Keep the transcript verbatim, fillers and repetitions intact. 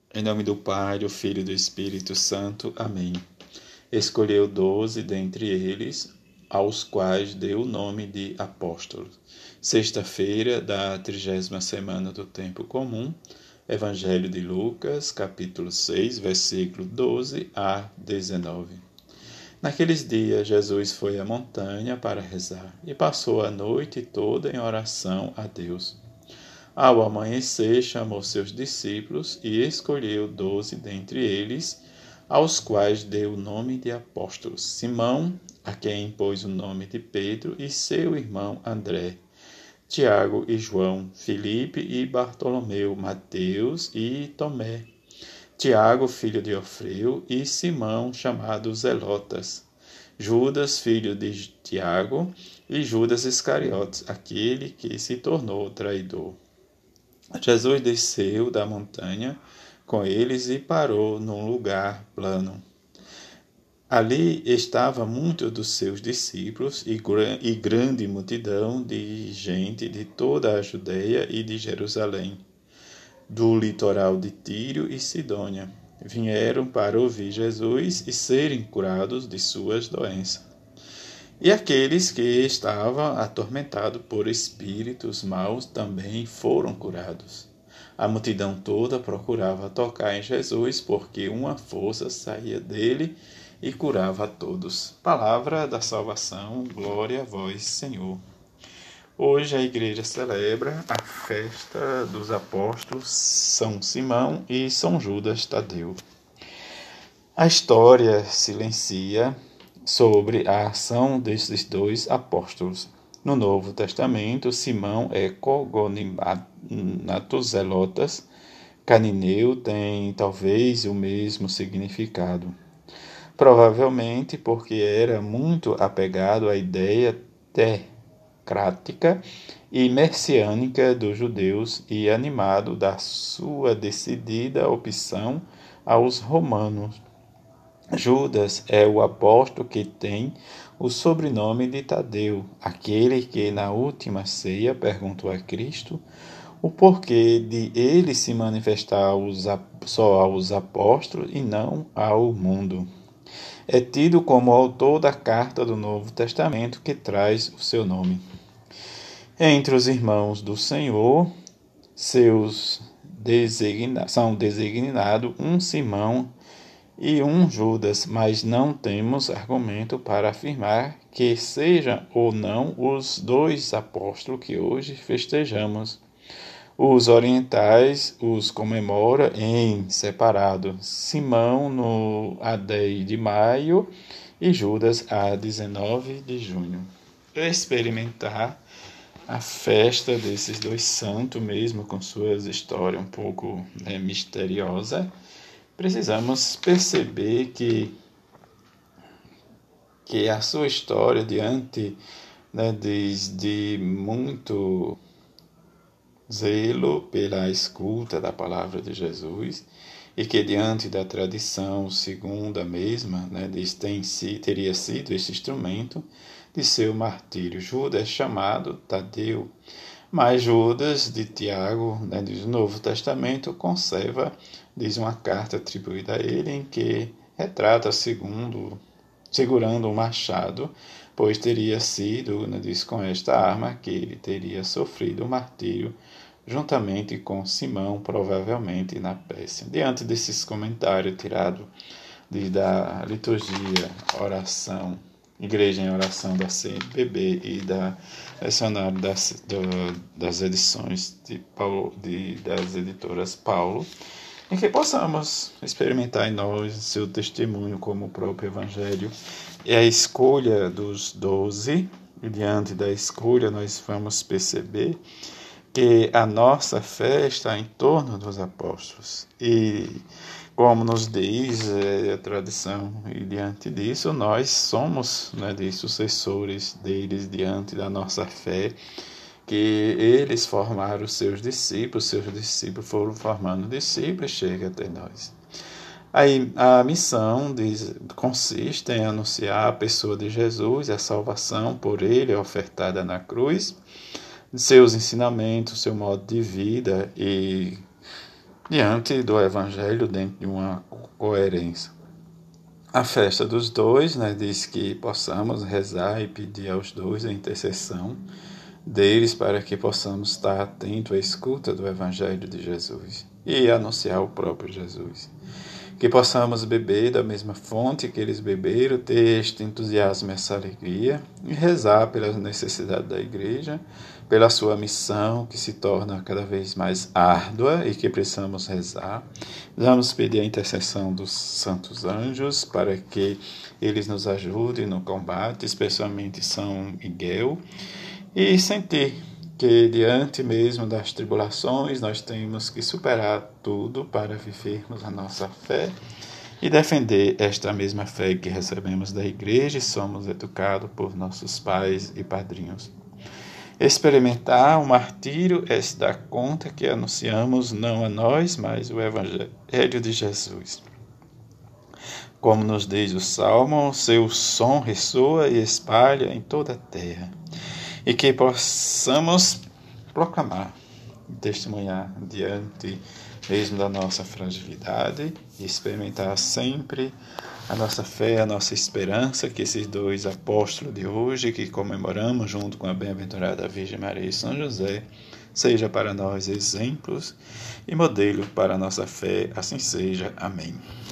Em nome do Pai, do Filho e do Espírito Santo. Amém. Escolheu doze dentre eles, aos quais deu o nome de apóstolos. Sexta-feira da trigésima semana do Tempo Comum. Evangelho de Lucas, capítulo seis, versículo doze a dezenove. Naqueles dias, Jesus foi à montanha para rezar e passou a noite toda em oração a Deus. Ao amanhecer, chamou seus discípulos e escolheu doze dentre eles, aos quais deu o nome de apóstolos: Simão, a quem impôs o nome de Pedro, e seu irmão André, Tiago e João, Filipe e Bartolomeu, Mateus e Tomé, Tiago, filho de Alfeu, e Simão, chamado Zelotas, Judas, filho de Tiago, e Judas Iscariotes, aquele que se tornou traidor. Jesus desceu da montanha com eles e parou num lugar plano. Ali estava muitos dos seus discípulos e, e grande multidão de gente de toda a Judeia e de Jerusalém, do litoral de Tiro e Sidônia. Vieram para ouvir Jesus e serem curados de suas doenças. E aqueles que estavam atormentados por espíritos maus também foram curados. A multidão toda procurava tocar em Jesus, porque uma força saía dele e curava a todos. Palavra da salvação, glória a vós, Senhor. Hoje a igreja celebra a festa dos apóstolos São Simão e São Judas Tadeu. A história silencia sobre a ação desses dois apóstolos. No Novo Testamento, Simão é cognominato Zelotas. Canineu tem talvez o mesmo significado. Provavelmente porque era muito apegado à ideia teocrática e messiânica dos judeus e animado da sua decidida opção aos romanos. Judas é o apóstolo que tem o sobrenome de Tadeu, aquele que na última ceia perguntou a Cristo o porquê de ele se manifestar aos, só aos apóstolos e não ao mundo. É tido como autor da carta do Novo Testamento que traz o seu nome. Entre os irmãos do Senhor, seus designa, são designados um Simão e um Judas, mas não temos argumento para afirmar que sejam ou não os dois apóstolos que hoje festejamos. Os orientais os comemoram em separado, Simão no a dez de maio e Judas a dezenove de junho. Experimentar a festa desses dois santos, mesmo com suas histórias um pouco né, misteriosas, precisamos perceber que, que a sua história, diante né, de, de muito zelo pela escuta da palavra de Jesus, e que diante da tradição segundo a mesma, né, tem, teria sido esse instrumento de seu martírio. Judas é chamado Tadeu, mas Judas de Tiago, né, do Novo Testamento, conserva, diz uma carta atribuída a ele, em que retrata segundo, segurando um machado, pois teria sido, né, diz com esta arma, que ele teria sofrido o martírio, juntamente com Simão, provavelmente na Pérsia. Diante desses comentários tirados de, da liturgia, oração, Igreja em Oração da C N B B e da lecionário das, do, das edições de Paulo, de, das editoras Paulo, em que possamos experimentar em nós seu testemunho como o próprio Evangelho e a escolha dos doze, e diante da escolha nós vamos perceber que a nossa fé está em torno dos apóstolos e, como nos diz é, a tradição, e diante disso nós somos né, de sucessores deles diante da nossa fé, que eles formaram seus discípulos, seus discípulos foram formando discípulos e chega até nós. Aí, a missão diz, consiste em anunciar a pessoa de Jesus, a salvação por ele ofertada na cruz, seus ensinamentos, seu modo de vida e diante do Evangelho, dentro de uma coerência. A festa dos dois, né, diz que possamos rezar e pedir aos dois a intercessão deles para que possamos estar atentos à escuta do Evangelho de Jesus e anunciar o próprio Jesus. Que possamos beber da mesma fonte que eles beberam, ter este entusiasmo e essa alegria e rezar pelas necessidades da igreja, pela sua missão que se torna cada vez mais árdua e que precisamos rezar. Vamos pedir a intercessão dos santos anjos para que eles nos ajudem no combate, especialmente São Miguel, e sentir que diante mesmo das tribulações nós temos que superar tudo para vivermos a nossa fé e defender esta mesma fé que recebemos da igreja e somos educados por nossos pais e padrinhos. Experimentar o martírio é se dar conta que anunciamos não a nós, mas o Evangelho de Jesus. Como nos diz o Salmo, seu som ressoa e espalha em toda a terra. E que possamos proclamar, testemunhar diante mesmo da nossa fragilidade e experimentar sempre a nossa fé, a nossa esperança, que esses dois apóstolos de hoje, que comemoramos junto com a bem-aventurada Virgem Maria e São José, seja para nós exemplos e modelo para a nossa fé, assim seja. Amém.